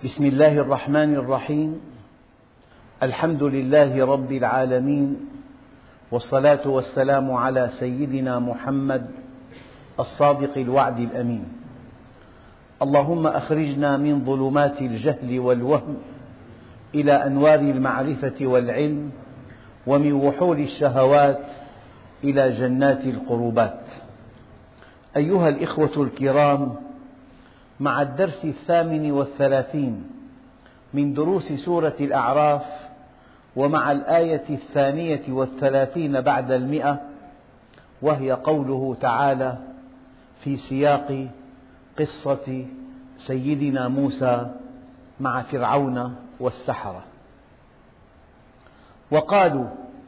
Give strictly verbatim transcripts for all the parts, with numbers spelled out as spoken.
بسم الله الرحمن الرحيم. الحمد لله رب العالمين، والصلاة والسلام على سيدنا محمد الصادق الوعد الأمين. اللهم أخرجنا من ظلمات الجهل والوهم إلى أنوار المعرفة والعلم، ومن وحول الشهوات إلى جنات القربات. أيها الإخوة الكرام، مع الدرس الثامن والثلاثين من دروس سورة الأعراف، ومع الآية الثانية والثلاثين بعد المئة، وهي قوله تعالى في سياق قصة سيدنا موسى مع فرعون والسحرة: وقالوا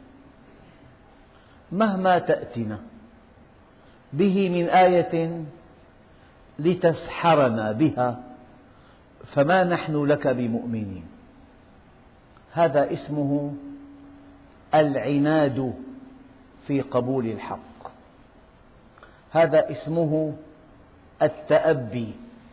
مهما تأتنا به من آية لتسحرنا بها فما نحن لك بمؤمنين. هذا اسمه العناد في قبول الحق، هذا اسمه التأبي.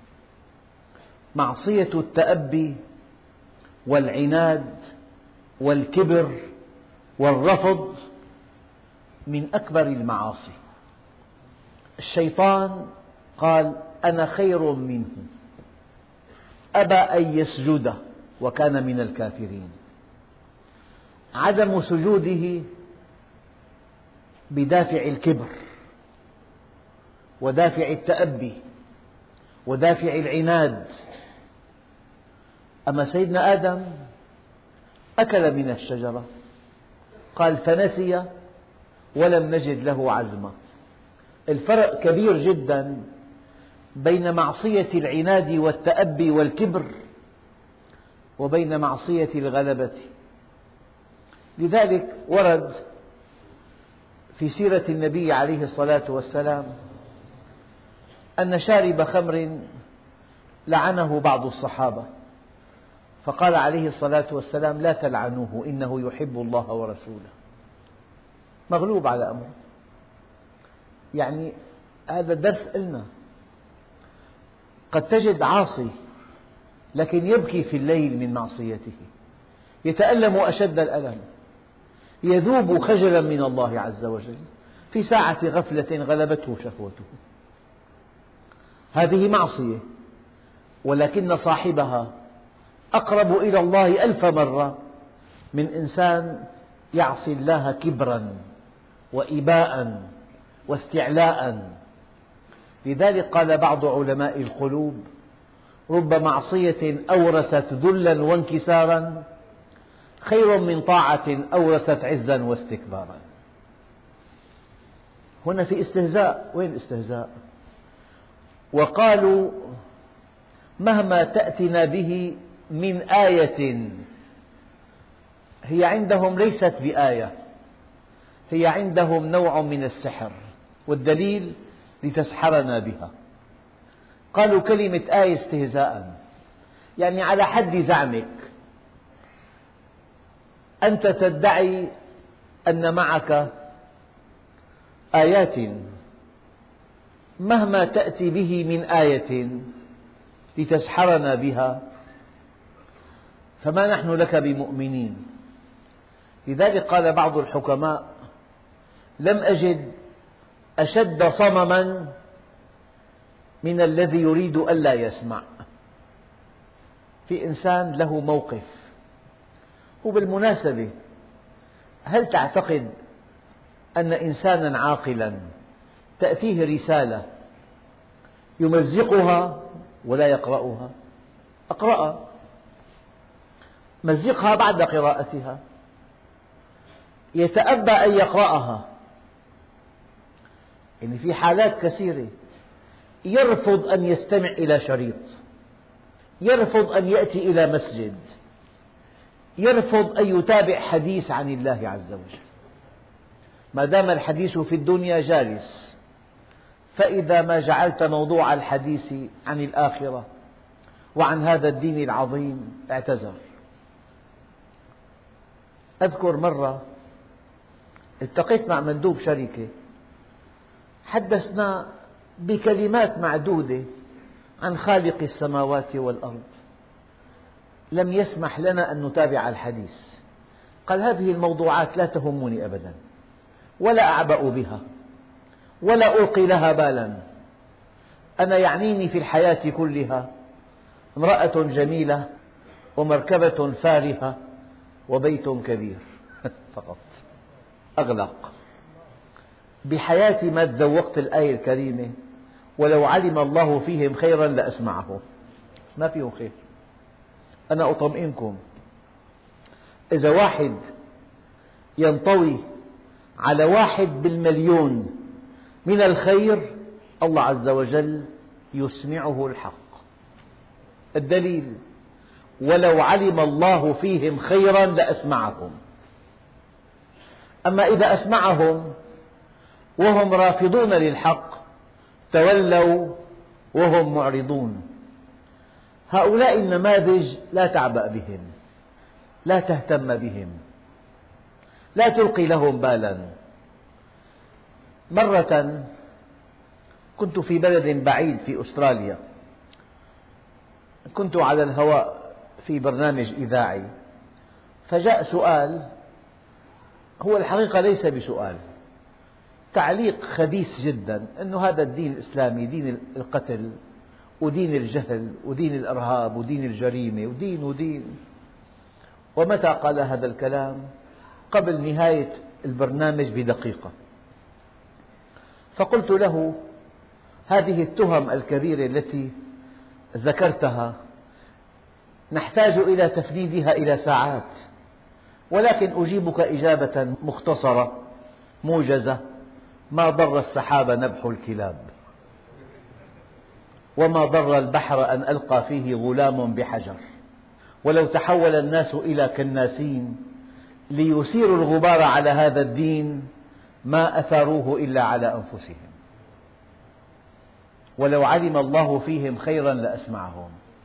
معصية التأبي والعناد والكبر والرفض من أكبر المعاصي. الشيطان قال: أنا خير منه، أبى أن يسجد وكان من الكافرين. عدم سجوده بدافع الكبر ودافع التأبي ودافع العناد. أما سيدنا آدم أكل من الشجرة، قال فنسي ولم نجد له عزما. الفرق كبير جدا بين معصية العناد والتأبي والكبر وبين معصية الغلبة. لذلك ورد في سيرة النبي عليه الصلاة والسلام أن شارب خمر لعنه بعض الصحابة، فقال عليه الصلاة والسلام: لا تلعنوه إنه يحب الله ورسوله. مغلوب على أمره. يعني هذا الدرس لنا. قد تجد عاصي لكن يبكي في الليل من معصيته، يتألم أشد الألم، يذوب خجلا من الله عز وجل في ساعة غفلة غلبته شهوته. هذه معصية، ولكن صاحبها أقرب إلى الله ألف مرة من إنسان يعصي الله كبرا وإباء واستعلاء. لذلك قال بعض علماء القلوب: رب معصية أورثت ذلا وانكسارا خير من طاعة أورثت عزا واستكبارا. هنا في استهزاء. وين الاستهزاء؟ وقالوا مهما تأتنا به من آية. هي عندهم ليست بآية، هي عندهم نوع من السحر، والدليل لتسحرنا بها. قالوا كلمة آية استهزاء، يعني على حد زعمك أنت تدعي أن معك آيات، مهما تأتي به من آية لتسحرنا بها فما نحن لك بمؤمنين. لذلك قال بعض الحكماء: لم أجد أشد صمما من الذي يريد ألا يسمع. في إنسان له موقف. وبالمناسبة، هل تعتقد أن إنسانا عاقلا تأتيه رسالة يمزقها ولا يقرأها؟ أقرأها، مزقها بعد قراءتها، يتأبى أن يقرأها. يعني في حالات كثيرة يرفض أن يستمع إلى شريط، يرفض أن يأتي إلى مسجد، يرفض أن يتابع حديث عن الله عز وجل، ما دام الحديث في الدنيا جالس. فإذا ما جعلت موضوع الحديث عن الآخرة وعن هذا الدين العظيم اعتذر. أذكر مرة التقيت مع مندوب شركة، حدثنا بكلمات معدودة عن خالق السماوات والأرض. لم يسمح لنا أن نتابع الحديث، قال هذه الموضوعات لا تهمني أبدا، ولا أعبأ بها، ولا ألقي لها بالا. أنا يعنيني في الحياة كلها امرأة جميلة ومركبة فارهة وبيت كبير فقط. أغلق بحياتي ما تذوقت الآية الكريمة ولو علم الله فيهم خيرا لأسمعهم. ما فيهم خير. أنا أطمئنكم، إذا واحد ينطوي على واحد بالمليون من الخير الله عز وجل يسمعه الحق. الدليل: ولو علم الله فيهم خيرا لأسمعهم. أما إذا أسمعهم وهم رافضون للحق تولوا وهم معرضون. هؤلاء النماذج لا تعبأ بهم، لا تهتم بهم، لا تلقي لهم بالا. مرة كنت في بلد بعيد في أستراليا، كنت على الهواء في برنامج إذاعي، فجاء سؤال، هو الحقيقة ليس بسؤال، تعليق خبيث جدا، أن هذا الدين الإسلامي دين القتل ودين الجهل ودين الإرهاب ودين الجريمة ودين ودين. ومتى قال هذا الكلام؟ قبل نهاية البرنامج بدقيقة. فقلت له: هذه التهم الكبيرة التي ذكرتها نحتاج إلى تفنيدها إلى ساعات، ولكن أجيبك إجابة مختصرة موجزة: ما ضر السحاب نبح الكلاب، وما ضر البحر أن ألقى فيه غلام بحجر، ولو تحول الناس إلى كناسين ليثيروا الغبار على هذا الدين ما أثاروه إلا على أنفسهم، ولو علم الله فيهم خيرا لأسمعهم.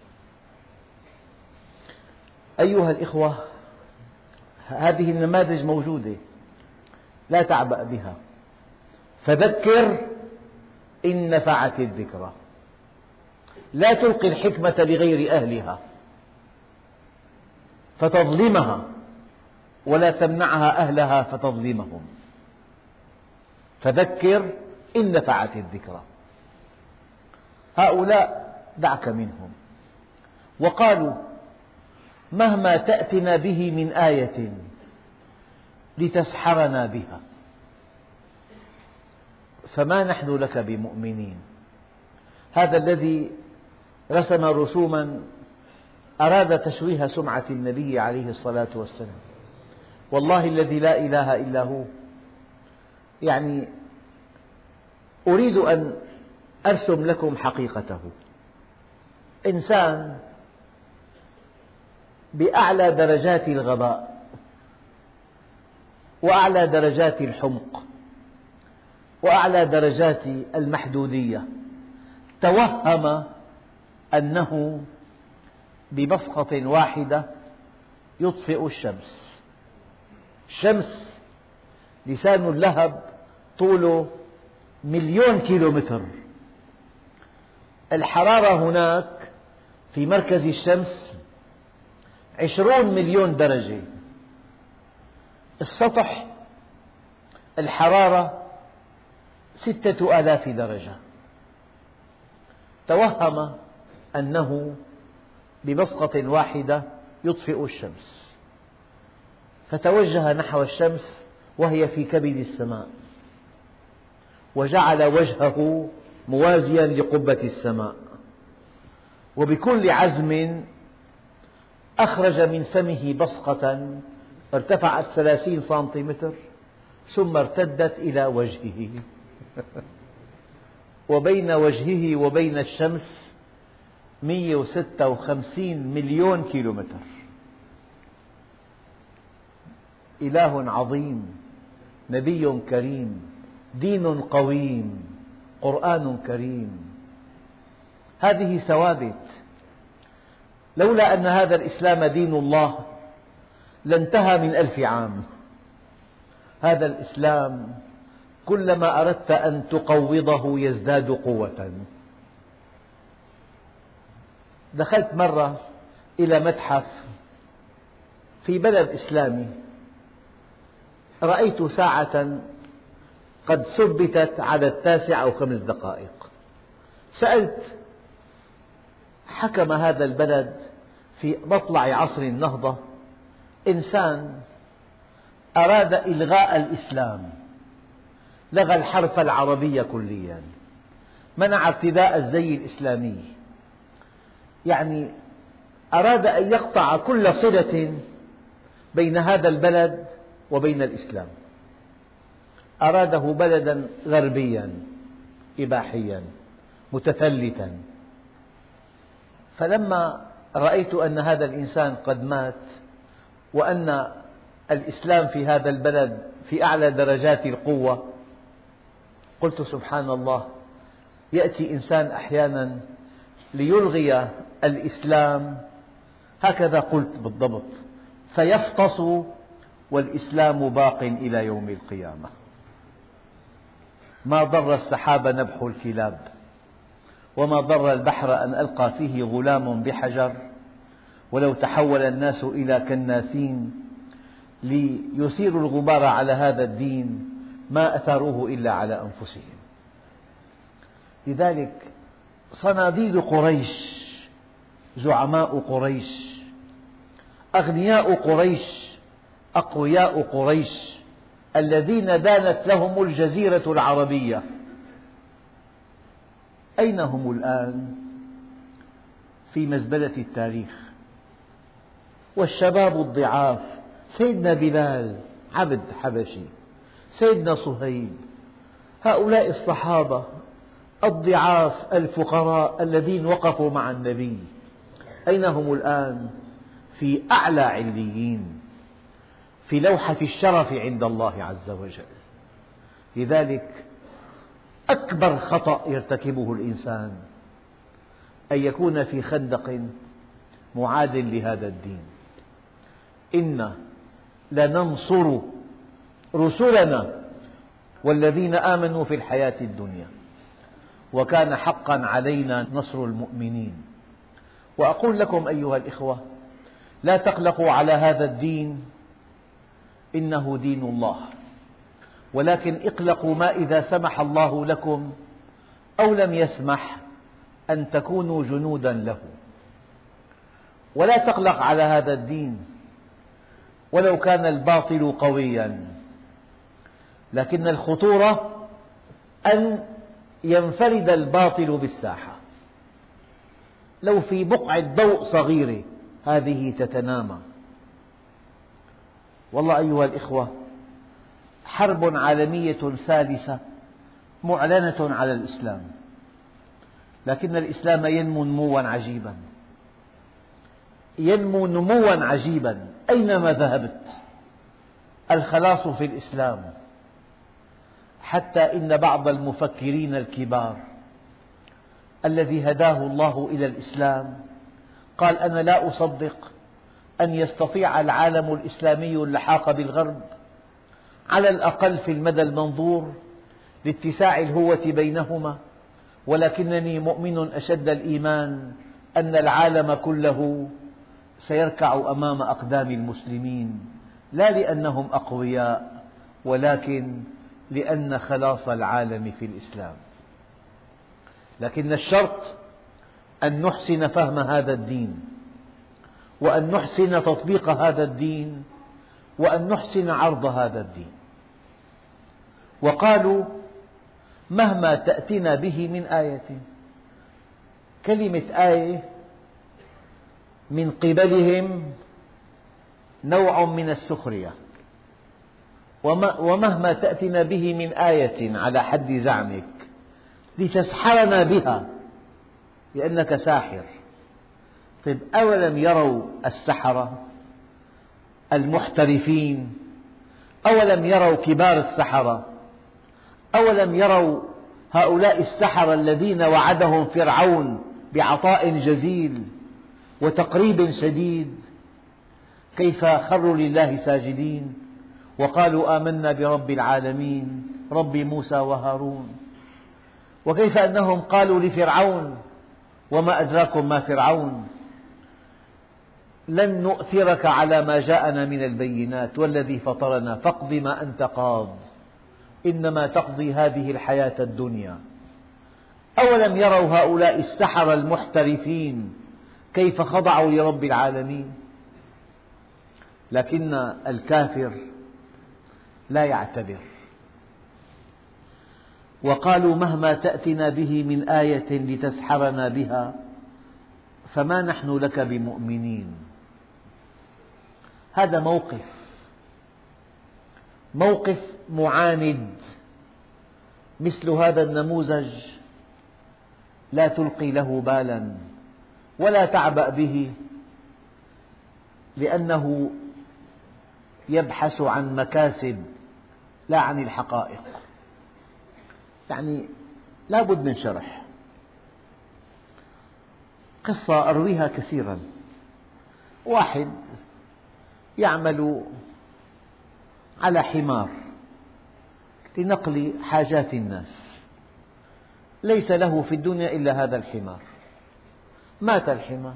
أيها الإخوة، هذه النماذج موجودة، لا تعبأ بها. فذكر إن نفعت الذكرى. لا تلقي الحكمة بغير أهلها فتظلمها، ولا تمنعها أهلها فتظلمهم. فذكر إن نفعت الذكرى. هؤلاء دعك منهم. وقالوا: مهما تأتنا به من آية لتسحرنا بها فما نحن لك بمؤمنين. هذا الذي رسم رسوما أراد تشويه سمعة النبي عليه الصلاة والسلام، والله الذي لا إله إلا هو، يعني أريد أن أرسم لكم حقيقته. إنسان بأعلى درجات الغباء وأعلى درجات الحمق وأعلى درجات المحدودية توهم أنه ببصقة واحدة يطفئ الشمس. الشمس لسان اللهب طوله مليون كيلومتر، الحرارة هناك في مركز الشمس عشرون مليون درجة، السطح الحرارة ستة آلاف درجة. توهم أنه ببصقة واحدة يطفئ الشمس، فتوجه نحو الشمس وهي في كبد السماء، وجعل وجهه موازيا لقبة السماء، وبكل عزم أخرج من فمه بصقة ارتفعت ثلاثين سنتيمتر ثم ارتدت إلى وجهه وبين وجهه وبين الشمس مئة وستة وخمسين مليون كيلومتر. إله عظيم، نبي كريم، دين قويم، قرآن كريم. هذه ثوابت. لولا أن هذا الإسلام دين الله لانتهى من ألف عام. هذا الإسلام كلما أردت أن تقوضه يزداد قوة. دخلت مرة إلى متحف في بلد إسلامي، رأيت ساعة قد ثبتت على التاسع أو خمس دقائق. سألت: حكم هذا البلد في مطلع عصر النهضة إنسان أراد إلغاء الإسلام، لغى الحرف العربي كليا، منع ارتداء الزي الإسلامي، يعني أراد أن يقطع كل صلة بين هذا البلد وبين الإسلام، أراده بلدا غربيا إباحيا متثلثا. فلما رأيت أن هذا الإنسان قد مات وأن الإسلام في هذا البلد في أعلى درجات القوة، قلت: سبحان الله، يأتي إنسان أحيانا ليلغي الإسلام، هكذا قلت بالضبط، فيفطس والإسلام باق إلى يوم القيامة. ما ضر السحاب نبح الكلاب، وما ضر البحر أن ألقى فيه غلام بحجر، ولو تحول الناس إلى كناسين ليثيروا الغبار على هذا الدين ما أثاروه إلا على أنفسهم. لذلك صناديد قريش، زعماء قريش، أغنياء قريش، أقوياء قريش، الذين دانت لهم الجزيرة العربية، أين هم الآن؟ في مزبلة التاريخ. والشباب الضعاف، سيدنا بلال عبد حبشي، سيدنا صهيب، هؤلاء الصحابة الضعاف الفقراء الذين وقفوا مع النبي، أين هم الآن؟ في أعلى عليين، في لوحة الشرف عند الله عز وجل. لذلك أكبر خطأ يرتكبه الإنسان أن يكون في خندق معاد لهذا الدين. إنا لننصر رسلنا والذين آمنوا في الحياة الدنيا وكان حقا علينا نصر المؤمنين. وأقول لكم أيها الإخوة: لا تقلقوا على هذا الدين، إنه دين الله، ولكن اقلقوا ما إذا سمح الله لكم أو لم يسمح أن تكونوا جنودا له. ولا تقلق على هذا الدين ولو كان الباطل قويا، لكن الخطورة أن ينفرد الباطل بالساحة. لو في بقعة ضوء صغيرة هذه تتنامى. والله أيها الإخوة، حرب عالمية ثالثة معلنة على الإسلام، لكن الإسلام ينمو نموا عجيبا، ينمو نموا عجيبا أينما ذهبت. الخلاص في الإسلام، حتى إن بعض المفكرين الكبار الذي هداه الله إلى الإسلام قال: أنا لا أصدق أن يستطيع العالم الإسلامي اللحاق بالغرب على الأقل في المدى المنظور لاتساع الهوة بينهما، ولكنني مؤمن أشد الإيمان أن العالم كله سيركع أمام أقدام المسلمين، لا لأنهم أقوياء ولكن لأن خلاص العالم في الإسلام. لكن الشرط أن نحسن فهم هذا الدين، وأن نحسن تطبيق هذا الدين، وأن نحسن عرض هذا الدين. وقالوا: مهما تأتنا به من آية. كلمة آية من قبلهم نوع من السخرية، ومهما تأتنا به من آية على حد زعمك لتسحرنا بها لأنك ساحر. طيب، أولم يروا السحرة المحترفين؟ أولم يروا كبار السحرة؟ أولم يروا هؤلاء السحرة الذين وعدهم فرعون بعطاء جزيل وتقريب شديد كيف خروا لله ساجدين وقالوا آمنا برب العالمين رب موسى وهارون؟ وكيف أنهم قالوا لفرعون: وما أدراكم ما فرعون؟ لن نؤثرك على ما جاءنا من البينات والذي فطرنا فاقض ما أنت قاض إنما تقضي هذه الحياة الدنيا. أولم يروا هؤلاء السحرة المحترفين كيف خضعوا لرب العالمين؟ لكن الكافر لا يعتبر، وقالوا مهما تأتنا به من آية لتسحرنا بها فما نحن لك بمؤمنين. هذا موقف موقف معاند. مثل هذا النموذج لا تلقي له بالا ولا تعبأ به، لأنه يبحث عن مكاسب لا عن الحقائق. يعني لا بد من شرح. قصة أرويها كثيرا. واحد يعمل على حمار لنقل حاجات الناس، ليس له في الدنيا إلا هذا الحمار. مات الحمار،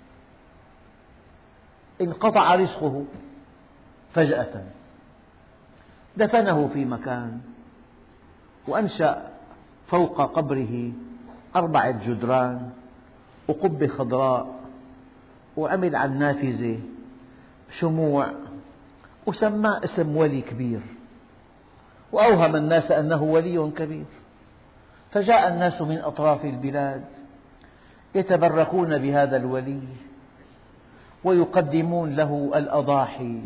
انقطع رزقه فجأة، دفنه في مكان وأنشأ فوق قبره أربعة جدران وقبة خضراء وعمل عن نافذة شموع وسماه اسم ولي كبير، وأوهم الناس أنه ولي كبير. فجاء الناس من أطراف البلاد يتبركون بهذا الولي ويقدمون له الأضاحي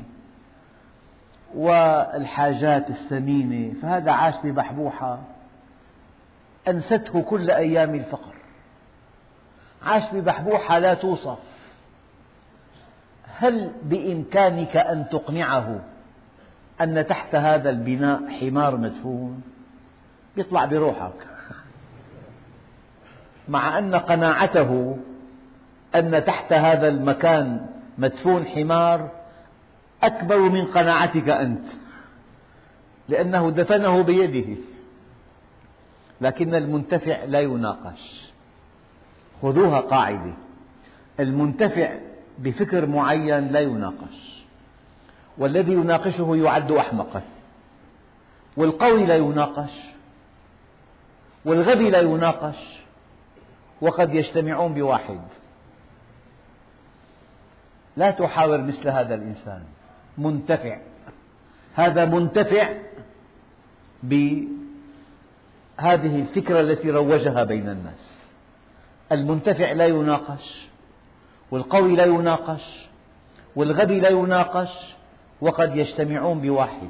والحاجات الثمينة. فهذا عاش ببحبوحة أنسته كل أيام الفقر، عاش ببحبوحة لا توصف. هل بإمكانك أن تقنعه أن تحت هذا البناء حمار مدفون؟ يطلع بروحك، مع أن قناعته أن تحت هذا المكان مدفون حمار أكبر من قناعتك أنت، لأنه دفنه بيده. لكن المنتفع لا يناقش. خذوها قاعدة: المنتفع بفكر معين لا يناقش، والذي يناقشه يعد أحمقا. والقوي لا يناقش، والغبي لا يناقش، وقد يجتمعون بواحد. لا تحاور مثل هذا الإنسان. منتفع، هذا منتفع بهذه الفكرة التي روجها بين الناس. المنتفع لا يناقش، والقوي لا يناقش، والغبي لا يناقش، وقد يجتمعون بواحد.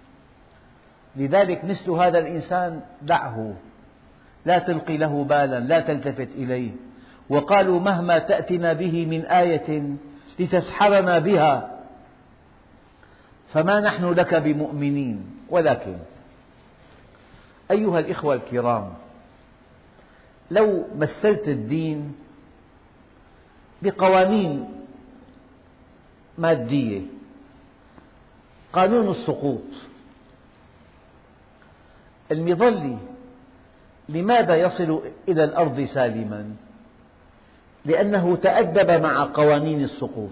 لذلك مثل هذا الإنسان دعه، لا تلقي له بالا، لا تلتفت إليه. وقالوا مهما تأتنا به من آية لتسحرنا بها فما نحن لك بمؤمنين. ولكن أيها الإخوة الكرام، لو مثلت الدين بقوانين مادية، قانون السقوط، المظلي لماذا يصل إلى الأرض سالما؟ لأنه تأدب مع قوانين السقوط.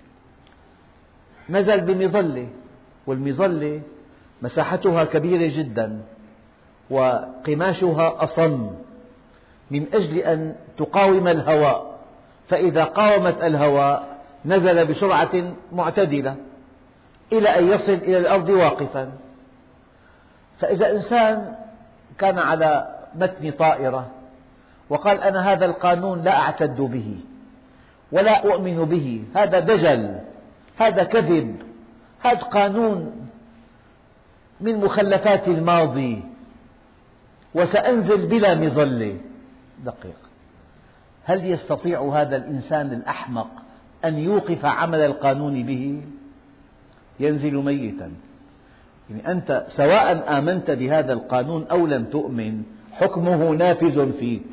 نزل بمظلة، والمظلة مساحتها كبيرة جدا وقماشها أصم من أجل أن تقاوم الهواء، فإذا قاومت الهواء نزل بسرعة معتدلة إلى أن يصل إلى الأرض واقفا. فإذا إنسان كان على متن طائرة وقال أنا هذا القانون لا أعتد به ولا أؤمن به، هذا دجل، هذا كذب، هذا قانون من مخلفات الماضي وسأنزل بلا مظلة. دقيق، هل يستطيع هذا الإنسان الأحمق أن يوقف عمل القانون به؟ ينزل ميتا. يعني أنت سواء آمنت بهذا القانون أو لم تؤمن حكمه نافذ فيك.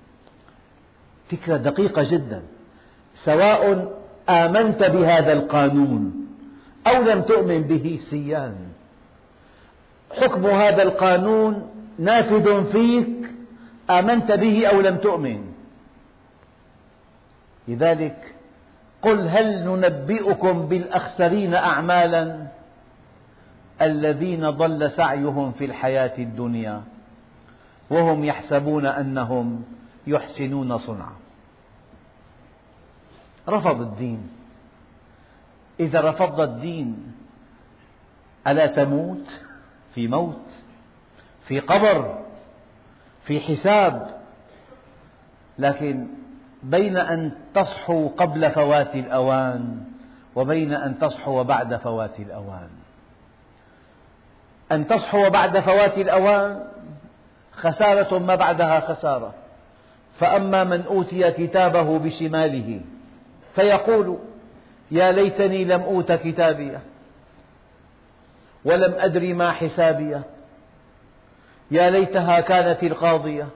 فكرة دقيقة جدا. سواء آمنت بهذا القانون أو لم تؤمن به سيان، حكم هذا القانون نافذ فيك آمنت به أو لم تؤمن. لذلك قل هل ننبئكم بالأخسرين أعمالا الذين ضل سعيهم في الحياة الدنيا وهم يحسبون أنهم يحسنون صنعا. رفض الدين. إذا رفضت الدين ألا تموت؟ في موت، في قبر، في حساب. لكن بين أن تصحوا قبل فوات الأوان وبين أن تصحوا بعد فوات الأوان. أن تصحوا بعد فوات الأوان خسارة ما بعدها خسارة. فأما من أوتي كتابه بشماله فيقول يا ليتني لم أوت كتابيه ولم أدر ما حسابيه يا ليتها كانت القاضية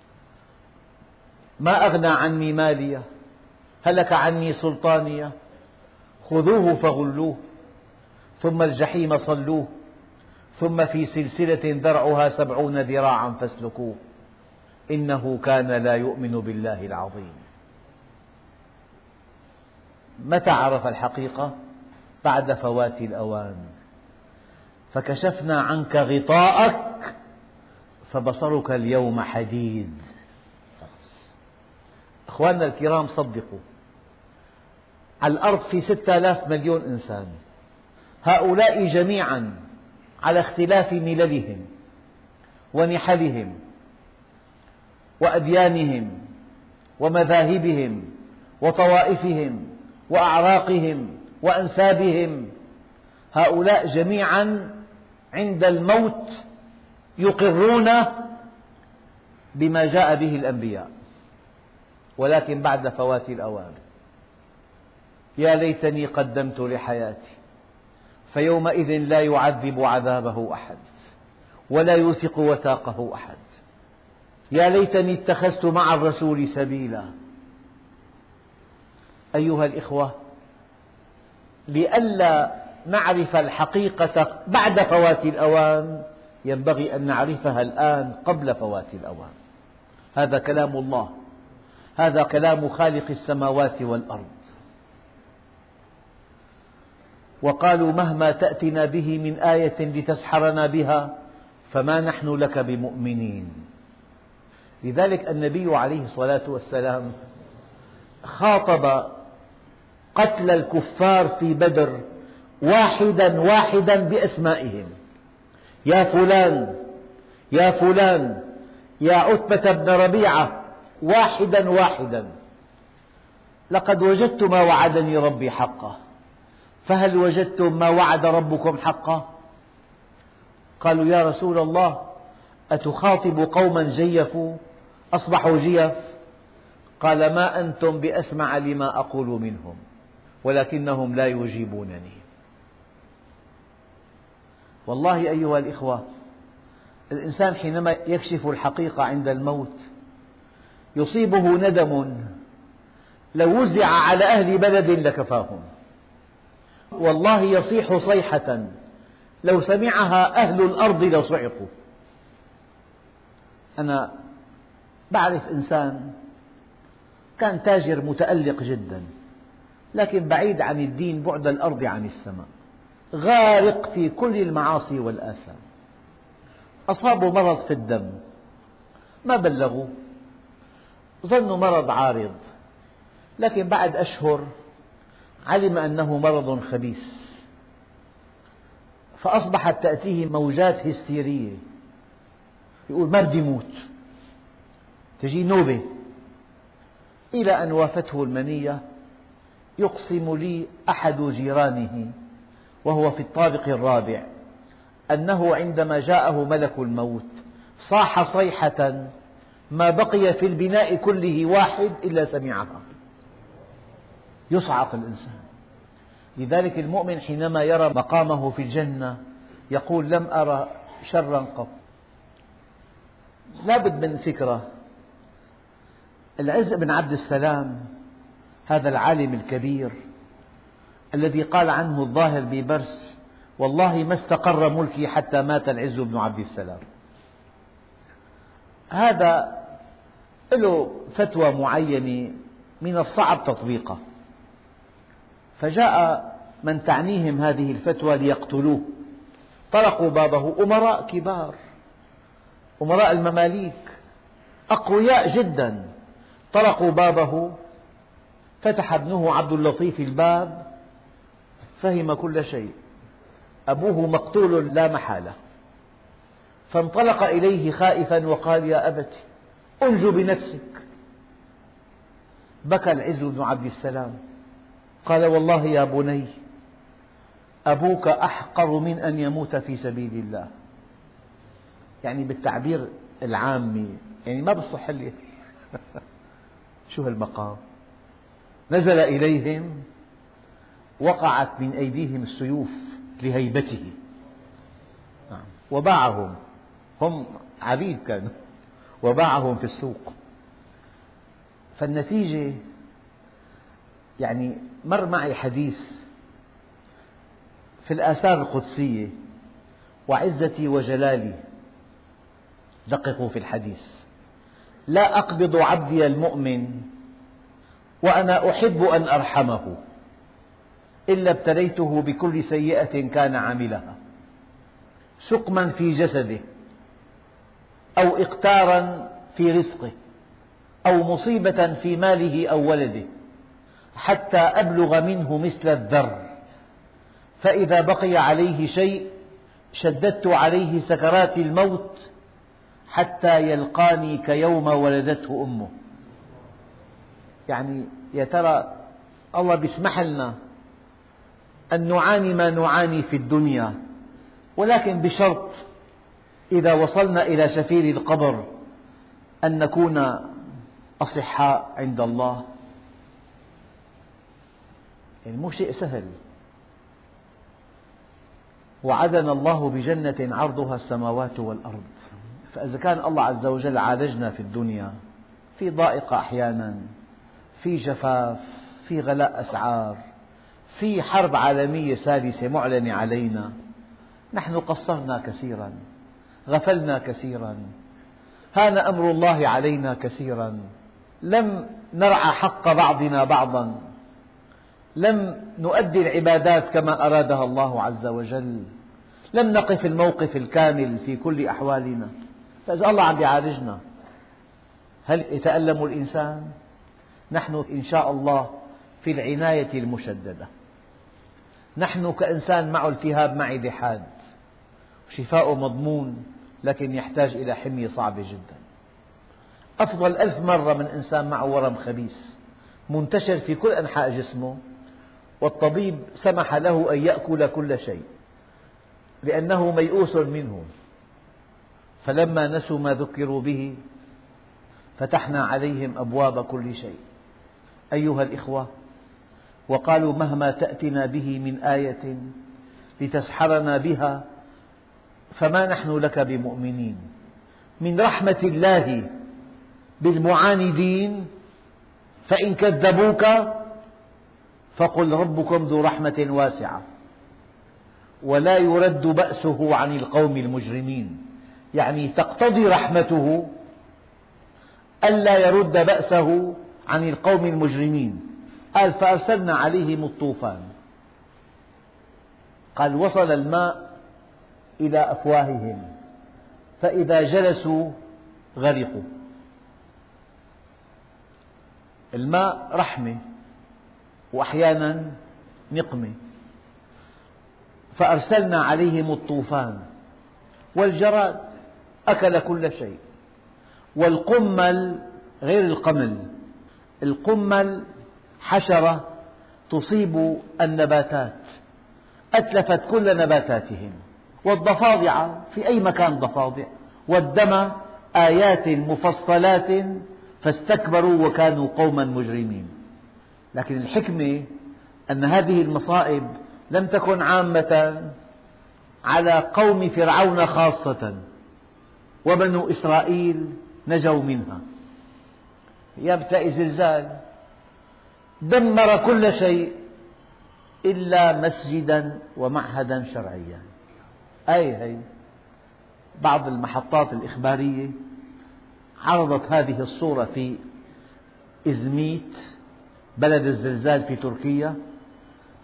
ما أغنى عني ماليه هلك عني سلطانيه خذوه فغلوه ثم الجحيم صلوه ثم في سلسلة ذرعها سبعون ذراعا فاسلكوه إنه كان لا يؤمن بالله العظيم. متى عرف الحقيقة؟ بعد فوات الأوان. فكشفنا عنك غطاءك فبصرك اليوم حديد. أخواننا الكرام، صدقوا، على الأرض في ستة آلاف مليون إنسان، هؤلاء جميعا على اختلاف مللهم ونحلهم وأديانهم ومذاهبهم وطوائفهم وأعراقهم وأنسابهم، هؤلاء جميعا عند الموت يقرون بما جاء به الأنبياء، ولكن بعد فوات الأوان. يا ليتني قدمت لحياتي فيومئذ لا يعذب عذابه أحد ولا يوثق وثاقه أحد. يا ليتني اتخذت مع الرسول سبيلا. أيها الإخوة، لئلا نعرف الحقيقة بعد فوات الأوان ينبغي أن نعرفها الآن قبل فوات الأوان. هذا كلام الله، هذا كلام خالق السماوات والأرض. وقالوا مهما تأتنا به من آية لتسحرنا بها فما نحن لك بمؤمنين. لذلك النبي عليه الصلاة والسلام خاطب قتل الكفار في بدر واحدا واحدا بأسمائهم: يا فلان يا فلان يا عتبة بن ربيعة، واحدا واحدا. لقد وجدت ما وعدني ربي حقا، فهل وجدتم ما وعد ربكم حقا؟ قالوا يا رسول الله أتخاطب قوما جيفوا أصبحوا جيف؟ قال ما أنتم بأسمع لما أقول منهم ولكنهم لا يجيبونني. والله أيها الإخوة، الإنسان حينما يكشف الحقيقة عند الموت يصيبه ندم لو وزع على أهل بلد لكفاهم. والله يصيح صيحة لو سمعها أهل الأرض لصعقوا. أنا بعرف إنسان كان تاجر متألق جدا، لكن بعيد عن الدين بعد الأرض عن السماء، غارق في كل المعاصي والآثام. أصابه مرض في الدم، ما بلغوا، ظنوا مرض عارض، لكن بعد أشهر علم أنه مرض خبيث، فأصبحت تأتيه موجات هستيرية، يقول ما بدي موت، تجي نوبة، إلى أن وافته المنية. يقسم لي أحد جيرانه وهو في الطابق الرابع أنه عندما جاءه ملك الموت صاح صيحة ما بقي في البناء كله واحد إلا سمعها. يصعق الإنسان. لذلك المؤمن حينما يرى مقامه في الجنة يقول لم أرى شرا قط. لا بد من فكرة. العز بن عبد السلام هذا العالم الكبير الذي قال عنه الظاهر ببرس والله ما استقر ملكي حتى مات العز بن عبد السلام، هذا له فتوى معينة من الصعب تطبيقها. فجاء من تعنيهم هذه الفتوى ليقتلوه، طرقوا بابه أمراء كبار، أمراء المماليك أقوياء جدا، طرقوا بابه، فتح ابنه عبد اللطيف الباب، فهم كل شيء، أبوه مقتول لا محالة، فانطلق إليه خائفا وقال: يا أبت أنج بنفسك. بكى العز بن عبد السلام، قال: والله يا بني أبوك أحقر من أن يموت في سبيل الله. يعني بالتعبير العامي، يعني ما بصح لي. شو هالمقام؟ نزل إليهم، وقعت من أيديهم السيوف لهيبته، وباعهم، هم عبيد كانوا، وباعهم في السوق. فالنتيجة، يعني مر معي حديث في الآثار القدسية: وعزتي وجلالي، دققوا في الحديث، لا أقبض عبدي المؤمن وأنا أحب أن أرحمه إلا ابتليته بكل سيئة كان عملها، سقما في جسده، أو إقتارا في رزقه، أو مصيبة في ماله أو ولده، حتى أبلغ منه مثل الذر، فإذا بقي عليه شيء شددت عليه سكرات الموت حتى يلقاني كيوم ولدته أمه. يعني يا ترى الله بيسمح لنا أن نعاني ما نعاني في الدنيا، ولكن بشرط إذا وصلنا إلى شفير القبر أن نكون أصحاء عند الله. يعني مو شيء سهل. وعدنا الله بجنة عرضها السماوات والأرض. فإذا كان الله عز وجل عالجنا في الدنيا في ضائقة أحيانا، في جفاف، في غلاء أسعار، في حرب عالمية ثالثة معلنة علينا، نحن قصرنا كثيرا، غفلنا كثيرا، هان أمر الله علينا كثيرا، لم نرعى حق بعضنا بعضا، لم نؤدي العبادات كما أرادها الله عز وجل، لم نقف الموقف الكامل في كل أحوالنا. فإذا الله عم يعالجنا هل يتألم الإنسان؟ نحن إن شاء الله في العناية المشددة. نحن كإنسان معه التهاب معدة حاد، شفاؤه مضمون، لكن يحتاج إلى حمية صعبة جدا، أفضل ألف مرة من إنسان معه ورم خبيث منتشر في كل أنحاء جسمه، والطبيب سمح له أن يأكل كل شيء لأنه ميؤوس منه. فلما نسوا ما ذكروا به فتحنا عليهم أبواب كل شيء. أيها الإخوة، وقالوا مهما تأتنا به من آية لتسحرنا بها فما نحن لك بمؤمنين. من رحمة الله بالمعاندين فإن كذبوك فقل ربكم ذو رحمة واسعة ولا يرد بأسه عن القوم المجرمين. يعني تقتضي رحمته ألا يرد بأسه عن القوم المجرمين. قال فأرسلنا عليهم الطوفان، قال وصل الماء إلى أفواههم فإذا جلسوا غرقوا. الماء رحمة وأحيانا نقمة. فأرسلنا عليهم الطوفان والجراد أكل كل شيء، والقمل غير القمل، القمل حشرة تصيب النباتات أتلفت كل نباتاتهم، والضفادع في أي مكان ضفادع، والدم آيات مفصلات فاستكبروا وكانوا قوما مجرمين. لكن الحكمة أن هذه المصائب لم تكن عامة على قوم فرعون خاصة، وبنو إسرائيل نجوا منها. يبتئ زلزال دمر كل شيء إلا مسجدا ومعهدا شرعيا. أي هي بعض المحطات الإخبارية عرضت هذه الصورة في إزميت بلد الزلزال في تركيا،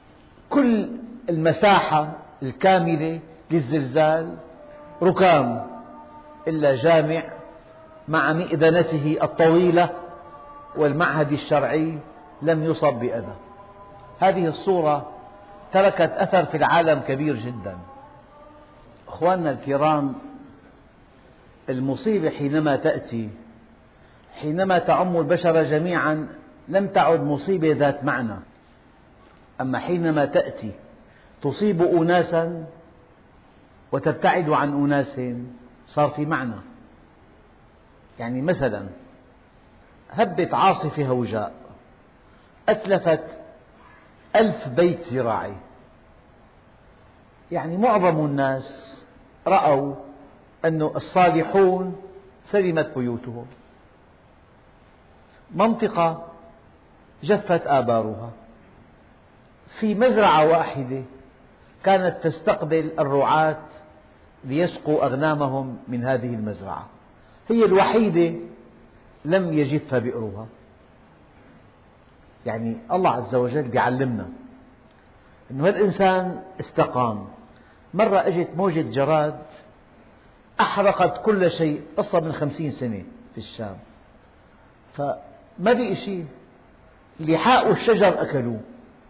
كل المساحة الكاملة للزلزال ركام، إلا جامع مع مئذنته الطويلة والمعهد الشرعي لم يصب بأذى. هذه الصورة تركت أثر في العالم كبير جدا. أخواننا الكرام، المصيبة حينما تأتي، حينما تعم البشر جميعا، لم تعد مصيبة ذات معنى. أما حينما تأتي تصيب أناسا وتبتعد عن أناس، صار في معنى. يعني مثلا هبت عاصفة هوجاء أتلفت ألف بيت زراعي، يعني معظم الناس رأوا أن الصالحون سلمت بيوتهم. منطقة جفت آبارها، في مزرعة واحدة كانت تستقبل الرعاة ليسقوا أغنامهم من هذه المزرعة، هي الوحيدة لم يجف بئرها. يعني الله عز وجل يعلمنا أن الإنسان استقام. مرة أجت موجة جراد أحرقت كل شيء، قصة من خمسين سنة في الشام، فما بقي شيء، لحاء الشجر أكلوه.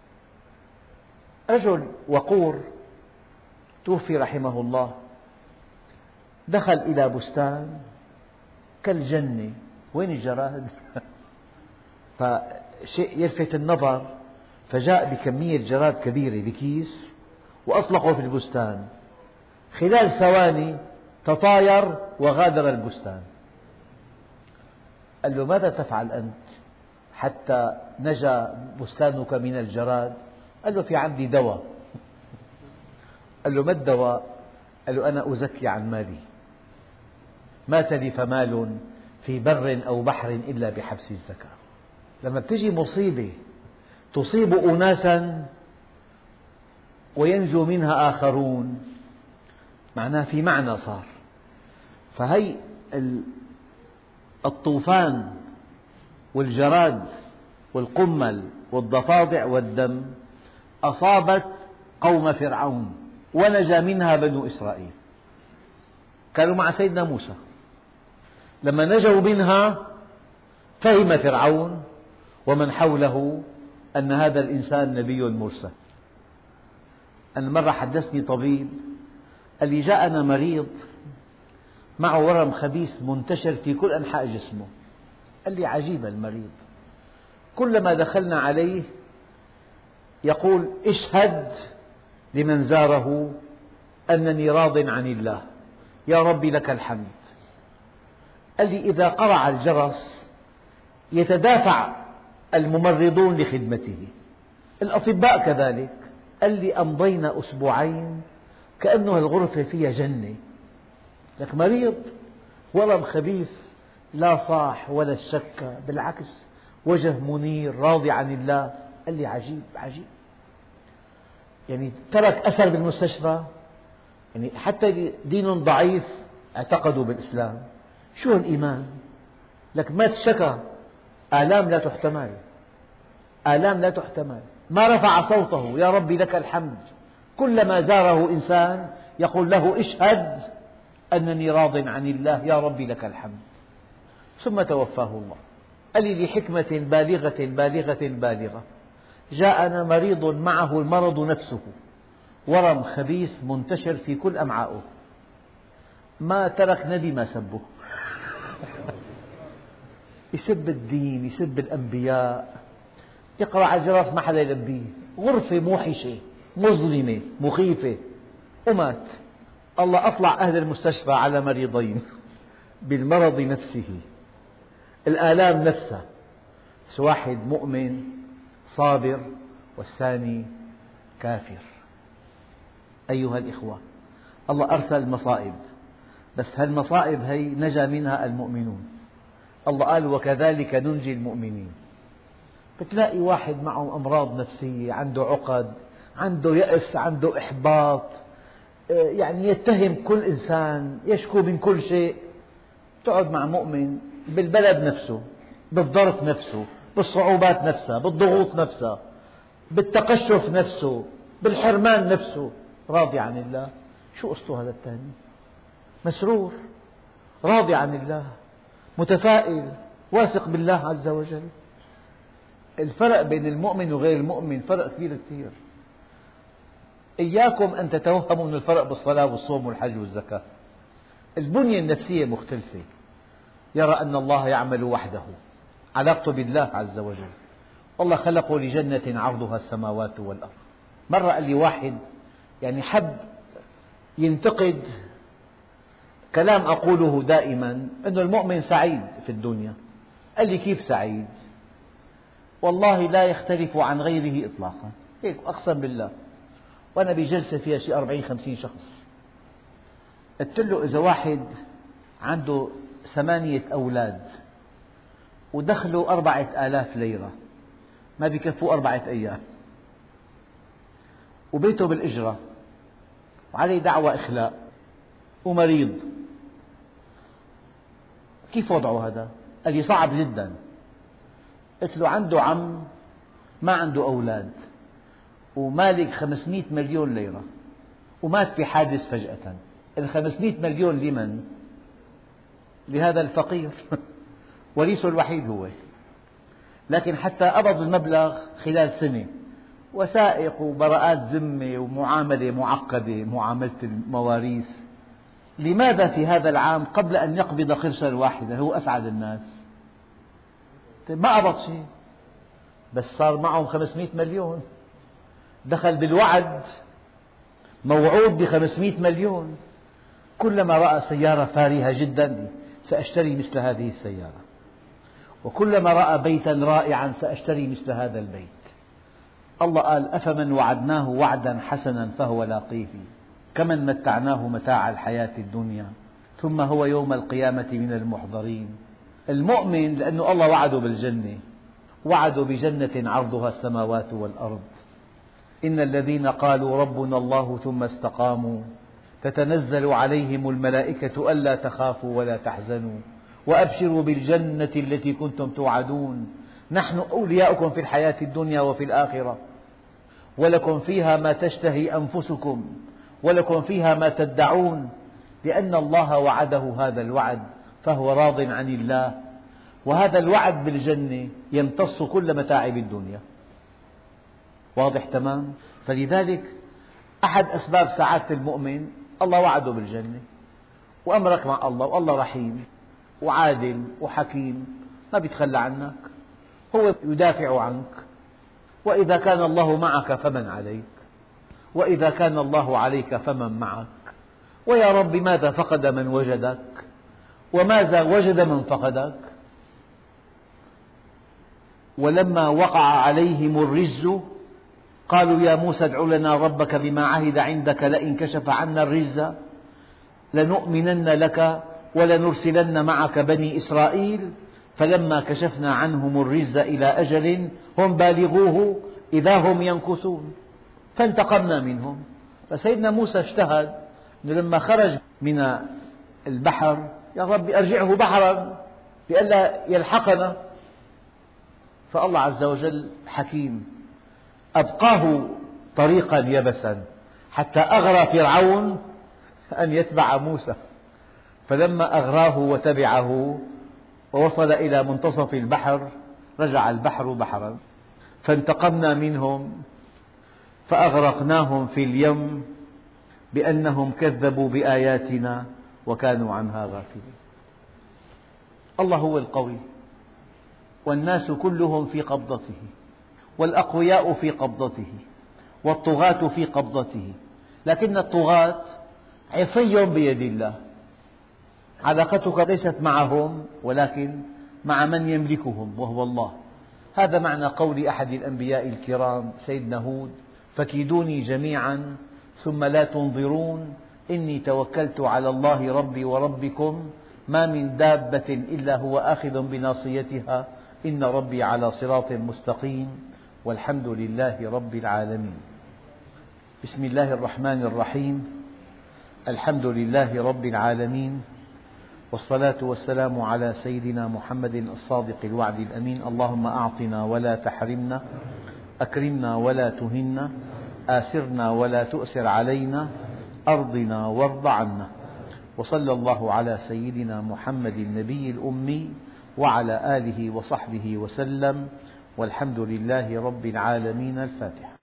رجل وقور توفي رحمه الله، دخل إلى بستان كالجنة، وين الجراد؟ فشيء يلفت النظر، فجاء بكمية جراد كبيرة بكيس وأطلقه في البستان. خلال ثواني تطاير وغادر البستان. قال له: ماذا تفعل أنت حتى نجا بستانك من الجراد؟ قال له: في عندي دواء. قال له: ما الدواء؟ قال له: أنا أزكي عن مالي، ما تلف مال في بر أو بحر إلا بحبس الزكاة. لما تجي مصيبة تصيب أناسا وينجو منها آخرون، معناه في معنى صار. فهي الطوفان والجراد والقمل والضفادع والدم أصابت قوم فرعون ونجا منها بنو إسرائيل. كانوا مع سيدنا موسى، لما نجوا منها فهم فرعون ومن حوله أن هذا الإنسان نبي مرسل. أنا مرة حدثني طبيب قال لي: جاءنا مريض معه ورم خبيث منتشر في كل أنحاء جسمه. قال لي: عجيب المريض، كلما دخلنا عليه يقول: اشهد لمن زاره أنني راض عن الله، يا ربي لك الحمد. قال لي: إذا قرع الجرس يتدافع الممرضون لخدمته، الأطباء كذلك. قال لي: أمضينا أسبوعين كأنه الغرفة فيها جنة، لك مريض ورم خبيث لا صاح ولا شك، بالعكس وجه منير راضي عن الله. قال لي: عجيب عجيب، يعني ترك أثر بالمستشفى. يعني حتى دين ضعيف اعتقدوا بالإسلام. شو الإيمان؟ لك مات شكى، آلام لا تحتمل، آلام لا تحتمل، ما رفع صوته يا ربي لك الحمد. كلما زاره إنسان يقول له: اشهد أنني راض عن الله، يا ربي لك الحمد. ثم توفاه الله. قال لي: لحكمة بالغة بالغة بالغة، جاءنا مريض معه المرض نفسه، ورم خبيث منتشر في كل أمعائه، ما ترك نبي ما سبه. يسب الدين، يسب الأنبياء، يقرع الجرس ما حدا يلبيه، غرفة موحشة مظلمة مخيفة، ومات. الله أطلع أهل المستشفى على مريضين بالمرض نفسه، الآلام نفسها، بس واحد مؤمن صابر والثاني كافر. أيها الإخوة، الله أرسل مصائب، بس هالمصائب هي نجا منها المؤمنون. الله قال: وكذلك ننجي المؤمنين. بتلاقي واحد معه أمراض نفسية، عنده عقد، عنده يأس، عنده إحباط، يعني يتهم كل إنسان، يشكو من كل شيء. تقعد مع مؤمن بالبلد نفسه، بالظرف نفسه، بالصعوبات نفسها، بالضغوط نفسها، بالتقشف نفسه، بالحرمان نفسه راضي عن الله. شو قصته هذا الثاني؟ مسرور، راضي عن الله، متفائل، واثق بالله عز وجل. الفرق بين المؤمن وغير المؤمن فرق كبير كثير. إياكم أن تتوهموا أن الفرق بالصلاة والصوم والحج والزكاة. البنية النفسية مختلفة. يرى أن الله يعمل وحده، علاقته بالله عز وجل. الله خلقه لجنة عرضها السماوات والأرض. مرة قال لي واحد يعني حب ينتقد كلام أقوله دائما أن المؤمن سعيد في الدنيا. قال لي كيف سعيد؟ والله لا يختلف عن غيره إطلاقا. هيك أقسم بالله. وأنا بجلسة فيها شيء أربعين خمسين شخص. قلت له إذا واحد عنده ثمانية أولاد ودخله أربعة آلاف ليرة ما بيكفوا أربعة أيام، وبيته بالإجرة وعليه دعوى إخلاء ومريض، كيف وضعه هذا؟ قال لي صعب جدا. قلت له عنده عم ما عنده أولاد ومالك خمسمئة مليون ليرة ومات في حادث فجأة. الخمسمئة مليون لمن؟ لهذا الفقير وريثه الوحيد هو. لكن حتى قبض المبلغ خلال سنة، وثائق وبراءات ذمة ومعاملة معقدة، معاملة المواريث. لماذا في هذا العام قبل أن يقبض قرشا واحدا هو أسعد الناس؟ ما قبض شيء بس صار معهم خمسمئة مليون، دخل بالوعد موعود بخمسمئة مليون. كلما رأى سيارة فارهة جدا سأشتري مثل هذه السيارة، وكلما رأى بيتا رائعا سأشتري مثل هذا البيت. الله قال أفمن وعدناه وعدا حسنا فهو لاقيه كمن متعناه متاع الحياة الدنيا ثم هو يوم القيامة من المحضرين. المؤمن لأنه الله وعده بالجنة، وعده بجنة عرضها السماوات والأرض. إن الذين قالوا ربنا الله ثم استقاموا تتنزل عليهم الملائكة ألا تخافوا ولا تحزنوا وأبشروا بالجنة التي كنتم توعدون نحن أولياؤكم في الحياة الدنيا وفي الآخرة ولكم فيها ما تشتهي أنفسكم ولكم فيها ما تدعون. لأن الله وعده هذا الوعد فهو راض عن الله، وهذا الوعد بالجنة يمتص كل متاعب الدنيا. واضح تمام؟ فلذلك أحد أسباب سعادة المؤمن الله وعده بالجنة، وأمرك مع الله، والله رحيم وعادل وحكيم ما بيتخلى عنك، هو يدافع عنك. وإذا كان الله معك فمن عليك، وإذا كان الله عليك فمن معك. ويا رب ماذا فقد من وجدك وماذا وجد من فقدك. ولما وقع عليهم الرجز قالوا يا موسى ادع لنا ربك بما عهد عندك لئن كشف عنا الرجز لنؤمنن لك ولنرسلن معك بني إسرائيل فلما كشفنا عنهم الرجز إلى أجل هم بالغوه إذا هم ينكثون فانتقمنا منهم. فسيدنا موسى اجتهد أنه لما خرج من البحر يا رب أرجعه بحرا لئلا يلحقنا. فالله عز وجل حكيم أبقاه طريقا يبسا حتى أغرى فرعون أن يتبع موسى. فلما أغراه وتبعه ووصل إلى منتصف البحر رجع البحر بحرا فانتقمنا منهم فأغرقناهم في اليم بأنهم كذبوا بآياتنا وكانوا عنها غافلين. الله هو القوي والناس كلهم في قبضته، والأقوياء في قبضته، والطغاة في قبضته. لكن الطغاة عصي بيد الله، علاقتك ليست معهم ولكن مع من يملكهم وهو الله. هذا معنى قول أحد الأنبياء الكرام سيدنا هود فكيدوني جميعا ثم لا تنظرون إني توكلت على الله ربي وربكم ما من دابة إلا هو آخذ بناصيتها إن ربي على صراط مستقيم والحمد لله رب العالمين. بسم الله الرحمن الرحيم. الحمد لله رب العالمين، والصلاة والسلام على سيدنا محمد الصادق الوعد الأمين. اللهم أعطنا ولا تحرمنا، أكرمنا ولا تهنا، آثرنا ولا تؤثر علينا، أرضنا وارض عنا. وصلى الله على سيدنا محمد النبي الأمي وعلى آله وصحبه وسلم، والحمد لله رب العالمين. الفاتحة.